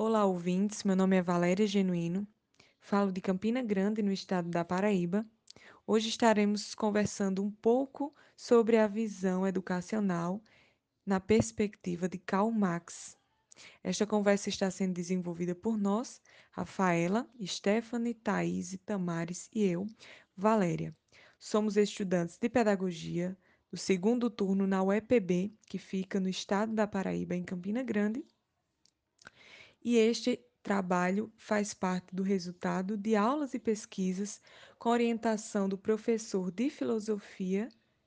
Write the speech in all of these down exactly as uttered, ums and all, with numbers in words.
Olá, ouvintes. Meu nome é Valéria Genuíno. Falo de Campina Grande, no estado da Paraíba. Hoje estaremos conversando um pouco sobre a visão educacional na perspectiva de Karl Marx. Esta conversa está sendo desenvolvida por nós, Rafaela, Stephanie, Thaís, Tamares e eu, Valéria. Somos estudantes de pedagogia do segundo turno na U E P B, que fica no estado da Paraíba, em Campina Grande, e este trabalho faz parte do resultado de aulas e pesquisas com orientação do professor de filosofia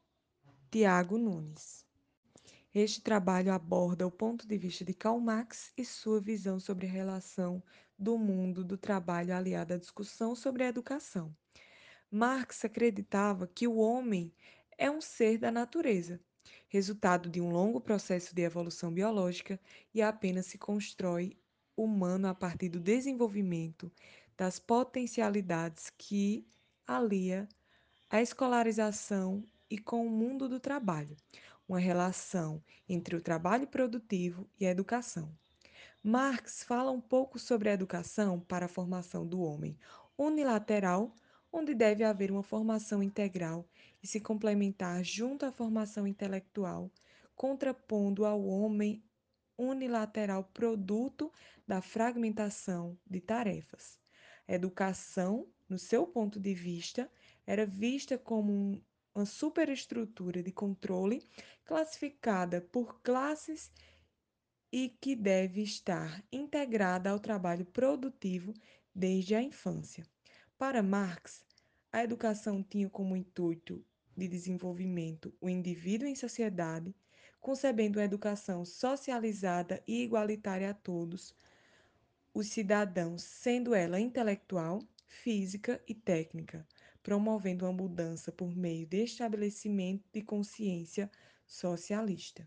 Tiago Nunes. Este trabalho aborda o ponto de vista de Karl Marx e sua visão sobre a relação do mundo do trabalho aliada à discussão sobre a educação. Marx acreditava que o homem é um ser da natureza, resultado de um longo processo de evolução biológica e apenas se constrói humano a partir do desenvolvimento das potencialidades que alia a escolarização e com o mundo do trabalho, uma relação entre o trabalho produtivo e a educação. Marx fala um pouco sobre a educação para a formação do homem unilateral, onde deve haver uma formação integral e se complementar junto à formação intelectual, contrapondo ao homem unilateral produto da fragmentação de tarefas. A educação, no seu ponto de vista, era vista como um, uma superestrutura de controle classificada por classes e que deve estar integrada ao trabalho produtivo desde a infância. Para Marx, a educação tinha como intuito de desenvolvimento o indivíduo em sociedade, concebendo a educação socializada e igualitária a todos os cidadãos, sendo ela intelectual, física e técnica, promovendo uma mudança por meio de estabelecimento de consciência socialista.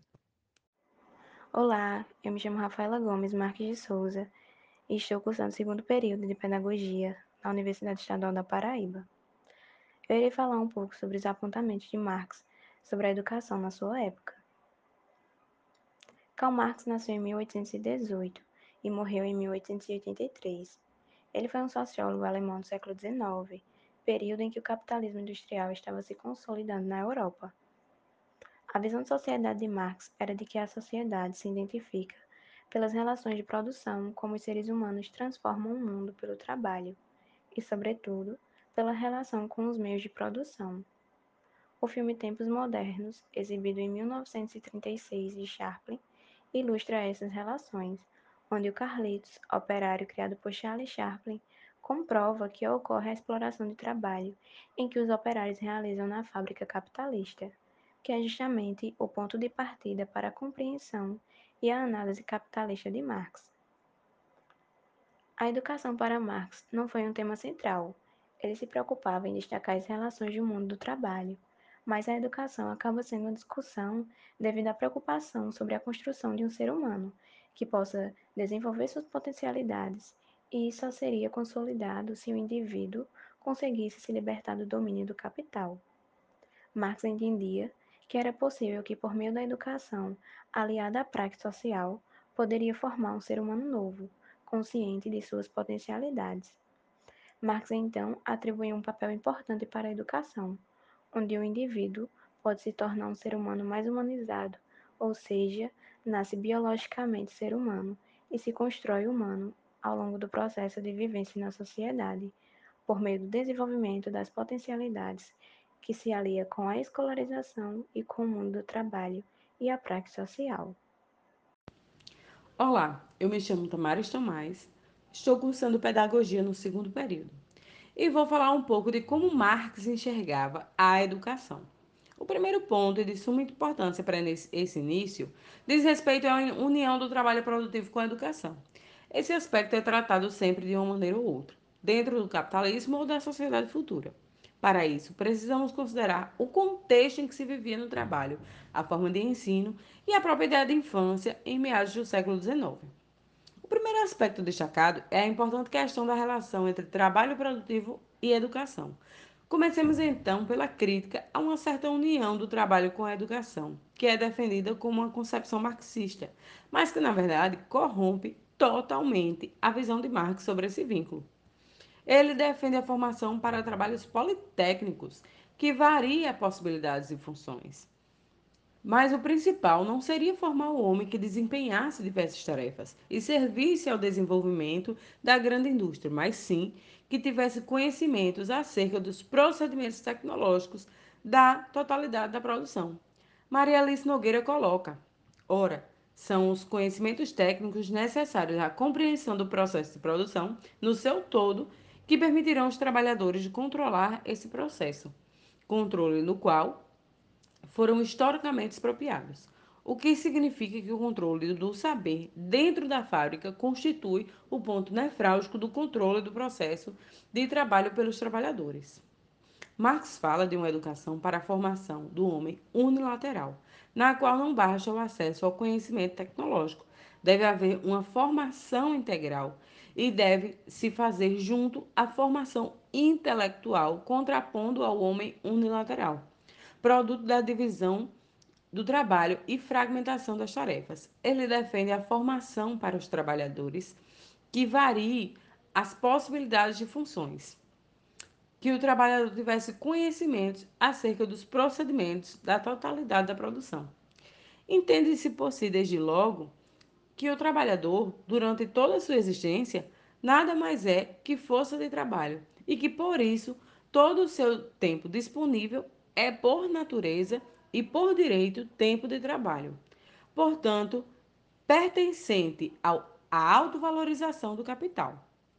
Olá, eu me chamo Rafaela Gomes Marques de Souza e estou cursando o segundo período de Pedagogia na Universidade Estadual da Paraíba. Eu irei falar um pouco sobre os apontamentos de Marx sobre a educação na sua época. Karl Marx nasceu em mil oitocentos e dezoito e morreu em mil oitocentos e oitenta e três. Ele foi um sociólogo alemão do século dezenove, período em que o capitalismo industrial estava se consolidando na Europa. A visão de sociedade de Marx era de que a sociedade se identifica pelas relações de produção, como os seres humanos transformam o mundo pelo trabalho, e, sobretudo, pela relação com os meios de produção. O filme Tempos Modernos, exibido em mil novecentos e trinta e seis de Chaplin, ilustra essas relações, onde o Carlitos, operário criado por Charlie Chaplin, comprova que ocorre a exploração de trabalho em que os operários realizam na fábrica capitalista, que é justamente o ponto de partida para a compreensão e a análise capitalista de Marx. A educação para Marx não foi um tema central. Ele se preocupava em destacar as relações do mundo do trabalho, mas a educação acaba sendo uma discussão devido à preocupação sobre a construção de um ser humano que possa desenvolver suas potencialidades, e isso só seria consolidado se o indivíduo conseguisse se libertar do domínio do capital. Marx entendia que era possível que, por meio da educação, aliada à prática social, poderia formar um ser humano novo, consciente de suas potencialidades. Marx, então, atribuiu um papel importante para a educação, onde o indivíduo pode se tornar um ser humano mais humanizado, ou seja, nasce biologicamente ser humano e se constrói humano ao longo do processo de vivência na sociedade, por meio do desenvolvimento das potencialidades que se alia com a escolarização e com o mundo do trabalho e a prática social. Olá, eu me chamo Tamares Tomás, estou cursando Pedagogia no segundo período e vou falar um pouco de como Marx enxergava a educação. O primeiro ponto e de suma importância para esse início diz respeito à união do trabalho produtivo com a educação. Esse aspecto é tratado sempre de uma maneira ou outra, dentro do capitalismo ou da sociedade futura. Para isso, precisamos considerar o contexto em que se vivia no trabalho, a forma de ensino e a própria ideia de infância em meados do século dezenove. O primeiro aspecto destacado é a importante questão da relação entre trabalho produtivo e educação. Comecemos então pela crítica a uma certa união do trabalho com a educação, que é defendida como uma concepção marxista, mas que na verdade corrompe totalmente a visão de Marx sobre esse vínculo. Ele defende a formação para trabalhos politécnicos, que varia possibilidades e funções. Mas o principal não seria formar o homem que desempenhasse diversas tarefas e servisse ao desenvolvimento da grande indústria, mas sim que tivesse conhecimentos acerca dos procedimentos tecnológicos da totalidade da produção. Maria Alice Nogueira coloca: ora, são os conhecimentos técnicos necessários à compreensão do processo de produção no seu todo que permitirão aos trabalhadores de controlar esse processo, controle no qual foram historicamente expropriados, o que significa que o controle do saber dentro da fábrica constitui o ponto nefrálgico do controle do processo de trabalho pelos trabalhadores. Marx fala de uma educação para a formação do homem unilateral, na qual não basta o acesso ao conhecimento tecnológico. Deve haver uma formação integral e deve se fazer junto à formação intelectual, contrapondo ao homem unilateral, produto da divisão do trabalho e fragmentação das tarefas. Ele defende a formação para os trabalhadores que varie as possibilidades de funções, que o trabalhador tivesse conhecimentos acerca dos procedimentos da totalidade da produção. Entende-se por si, desde logo, que o trabalhador, durante toda a sua existência, nada mais é que força de trabalho e que, por isso, todo o seu tempo disponível é, por natureza e por direito, tempo de trabalho. Portanto, pertencente ao, à autovalorização do capital.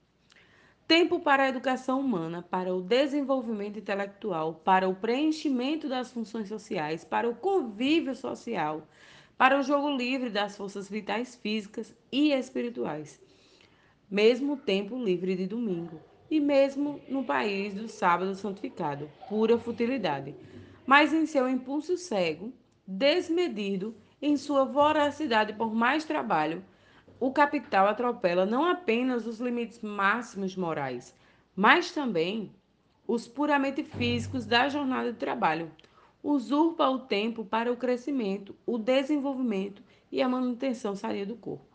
Tempo para a educação humana, para o desenvolvimento intelectual, para o preenchimento das funções sociais, para o convívio social, para o jogo livre das forças vitais físicas e espirituais. Mesmo tempo livre de domingo, e mesmo no país do sábado santificado, pura futilidade. Mas em seu impulso cego, desmedido, em sua voracidade por mais trabalho, o capital atropela não apenas os limites máximos morais, mas também os puramente físicos da jornada de trabalho. Usurpa o tempo para o crescimento, o desenvolvimento e a manutenção sadia do corpo.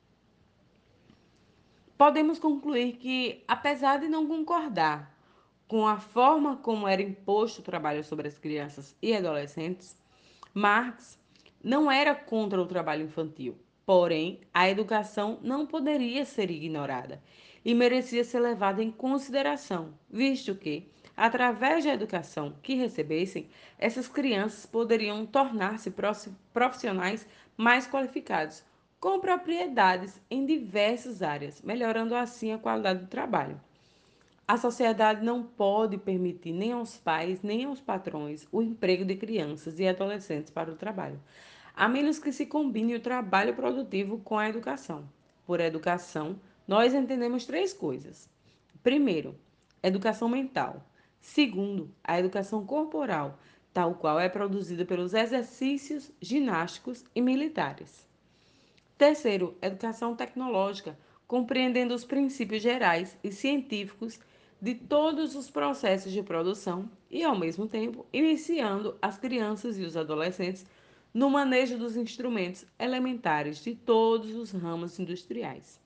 Podemos concluir que, apesar de não concordar com a forma como era imposto o trabalho sobre as crianças e adolescentes, Marx não era contra o trabalho infantil. Porém, a educação não poderia ser ignorada e merecia ser levada em consideração, visto que, através da educação que recebessem, essas crianças poderiam tornar-se profissionais mais qualificados, com propriedades em diversas áreas, melhorando assim a qualidade do trabalho. A sociedade não pode permitir nem aos pais, nem aos patrões o emprego de crianças e adolescentes para o trabalho, a menos que se combine o trabalho produtivo com a educação. Por educação, nós entendemos três coisas. Primeiro, educação mental. Segundo, a educação corporal, tal qual é produzida pelos exercícios ginásticos e militares. Terceiro, educação tecnológica, compreendendo os princípios gerais e científicos de todos os processos de produção e, ao mesmo tempo, iniciando as crianças e os adolescentes no manejo dos instrumentos elementares de todos os ramos industriais.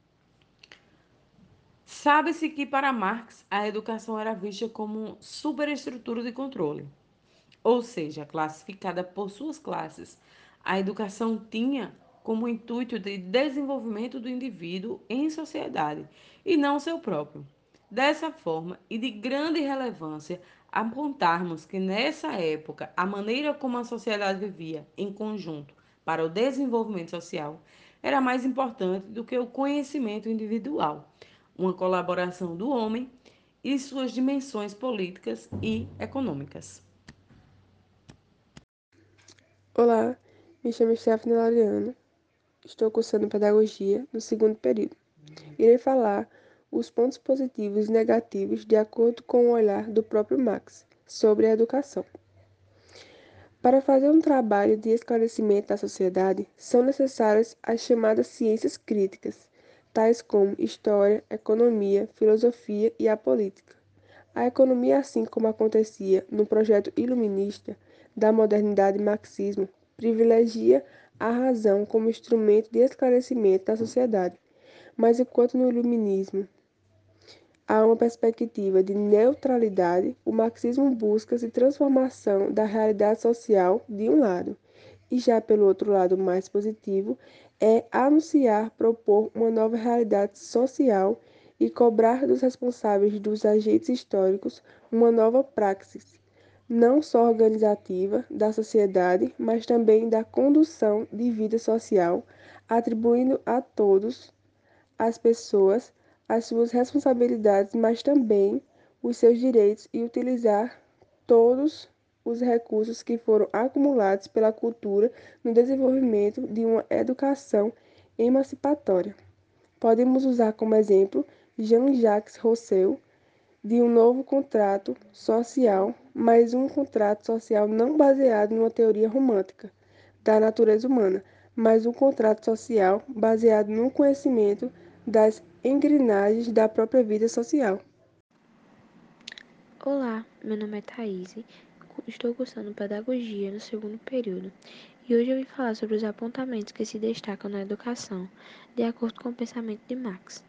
Sabe-se que, para Marx, a educação era vista como superestrutura de controle, ou seja, classificada por suas classes. A educação tinha como intuito de desenvolvimento do indivíduo em sociedade e não seu próprio. Dessa forma, e de grande relevância, apontarmos que nessa época a maneira como a sociedade vivia em conjunto para o desenvolvimento social era mais importante do que o conhecimento individual, uma colaboração do homem e suas dimensões políticas e econômicas. Olá, me chamo Stephanie Laureano, estou cursando Pedagogia no segundo período. Irei falar os pontos positivos e negativos de acordo com o olhar do próprio Marx sobre a educação. Para fazer um trabalho de esclarecimento da sociedade, são necessárias as chamadas ciências críticas, tais como história, economia, filosofia e a política. A economia, assim como acontecia no projeto iluminista da modernidade marxismo, privilegia a razão como instrumento de esclarecimento da sociedade, Mas enquanto no iluminismo há uma perspectiva de neutralidade, o marxismo busca-se transformação da realidade social de um lado, e já pelo outro lado mais positivo, é anunciar, propor uma nova realidade social e cobrar dos responsáveis dos agentes históricos uma nova praxis, não só organizativa da sociedade, mas também da condução de vida social, atribuindo a todos as pessoas as suas responsabilidades, mas também os seus direitos e utilizar todos os recursos que foram acumulados pela cultura no desenvolvimento de uma educação emancipatória. Podemos usar como exemplo Jean-Jacques Rousseau, de um novo contrato social, mas um contrato social não baseado numa teoria romântica da natureza humana, mas um contrato social baseado no conhecimento das engrenagens da própria vida social. Olá, meu nome é Thaís, estou cursando Pedagogia no segundo período e hoje eu vim falar sobre os apontamentos que se destacam na educação, de acordo com o pensamento de Marx.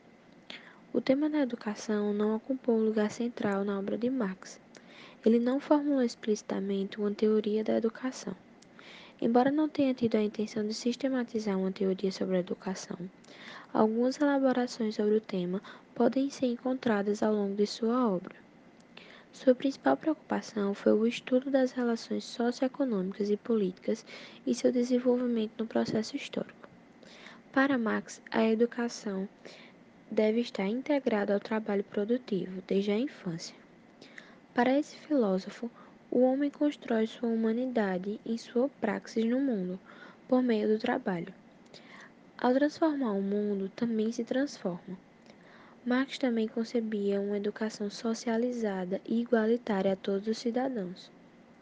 O tema da educação não ocupou um lugar central na obra de Marx. Ele não formulou explicitamente uma teoria da educação. Embora não tenha tido a intenção de sistematizar uma teoria sobre a educação, algumas elaborações sobre o tema podem ser encontradas ao longo de sua obra. Sua principal preocupação foi o estudo das relações socioeconômicas e políticas e seu desenvolvimento no processo histórico. Para Marx, a educação deve estar integrada ao trabalho produtivo desde a infância. Para esse filósofo, o homem constrói sua humanidade em sua praxis no mundo, por meio do trabalho. Ao transformar o mundo, também se transforma. Marx também concebia uma educação socializada e igualitária a todos os cidadãos.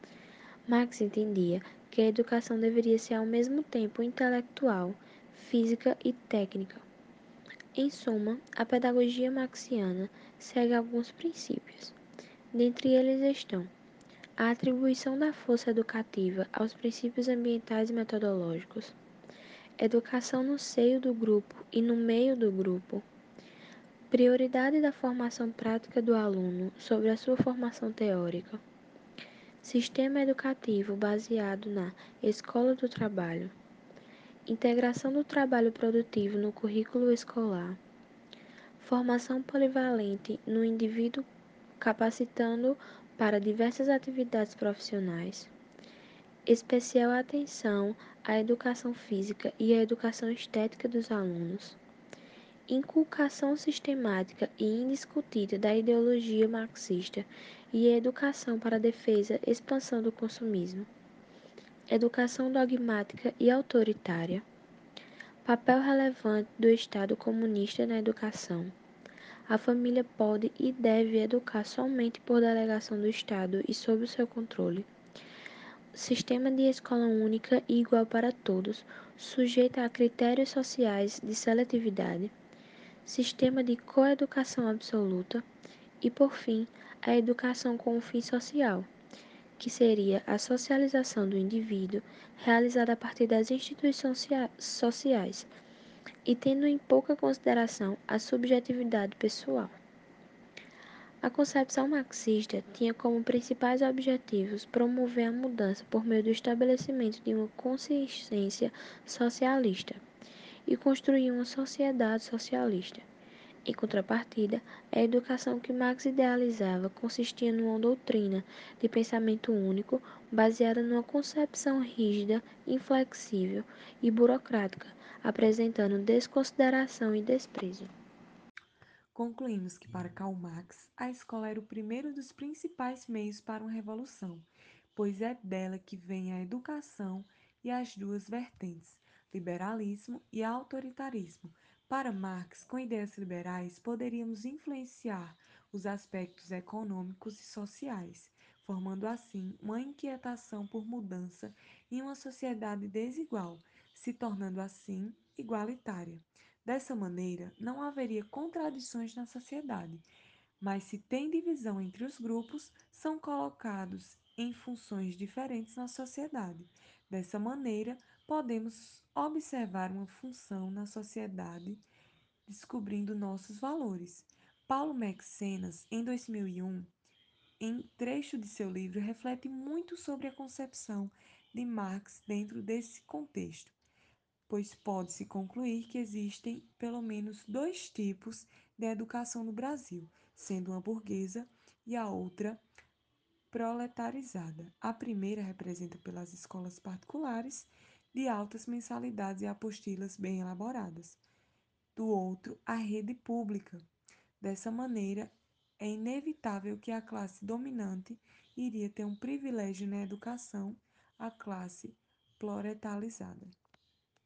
Marx entendia que a educação deveria ser ao mesmo tempo intelectual, física e técnica. Em suma, a pedagogia marxiana segue alguns princípios. Dentre eles estão a atribuição da força educativa aos princípios ambientais e metodológicos, educação no seio do grupo e no meio do grupo, prioridade da formação prática do aluno sobre a sua formação teórica, sistema educativo baseado na escola do trabalho, integração do trabalho produtivo no currículo escolar, formação polivalente no indivíduo capacitando para diversas atividades profissionais, especial atenção à educação física e à educação estética dos alunos, inculcação sistemática e indiscutida da ideologia marxista e a educação para a defesa e expansão do consumismo, educação dogmática e autoritária, papel relevante do Estado comunista na educação. A família pode e deve educar somente por delegação do Estado e sob o seu controle. Sistema de escola única e igual para todos, sujeita a critérios sociais de seletividade. Sistema de coeducação absoluta. E, por fim, a educação com o fim social, que seria a socialização do indivíduo realizada a partir das instituições sociais e tendo em pouca consideração a subjetividade pessoal. A concepção marxista tinha como principais objetivos promover a mudança por meio do estabelecimento de uma consciência socialista e construir uma sociedade socialista. Em contrapartida, a educação que Marx idealizava consistia numa doutrina de pensamento único, baseada numa concepção rígida, inflexível e burocrática, apresentando desconsideração e desprezo. Concluímos que, para Karl Marx, a escola era o primeiro dos principais meios para uma revolução, pois é dela que vem a educação e as duas vertentes, liberalismo e autoritarismo. Para Marx, com ideias liberais, poderíamos influenciar os aspectos econômicos e sociais, formando assim uma inquietação por mudança em uma sociedade desigual, se tornando assim igualitária. Dessa maneira, não haveria contradições na sociedade, mas se tem divisão entre os grupos, são colocados em funções diferentes na sociedade. Dessa maneira, podemos observar uma função na sociedade descobrindo nossos valores. Paulo Mecenas, em dois mil e um, em trecho de seu livro, reflete muito sobre a concepção de Marx dentro desse contexto, pois pode-se concluir que existem pelo menos dois tipos de educação no Brasil, sendo uma burguesa e a outra proletarizada. A primeira representa pelas escolas particulares de altas mensalidades e apostilas bem elaboradas. Do outro, a rede pública. Dessa maneira, é inevitável que a classe dominante iria ter um privilégio na educação, a classe proletarizada.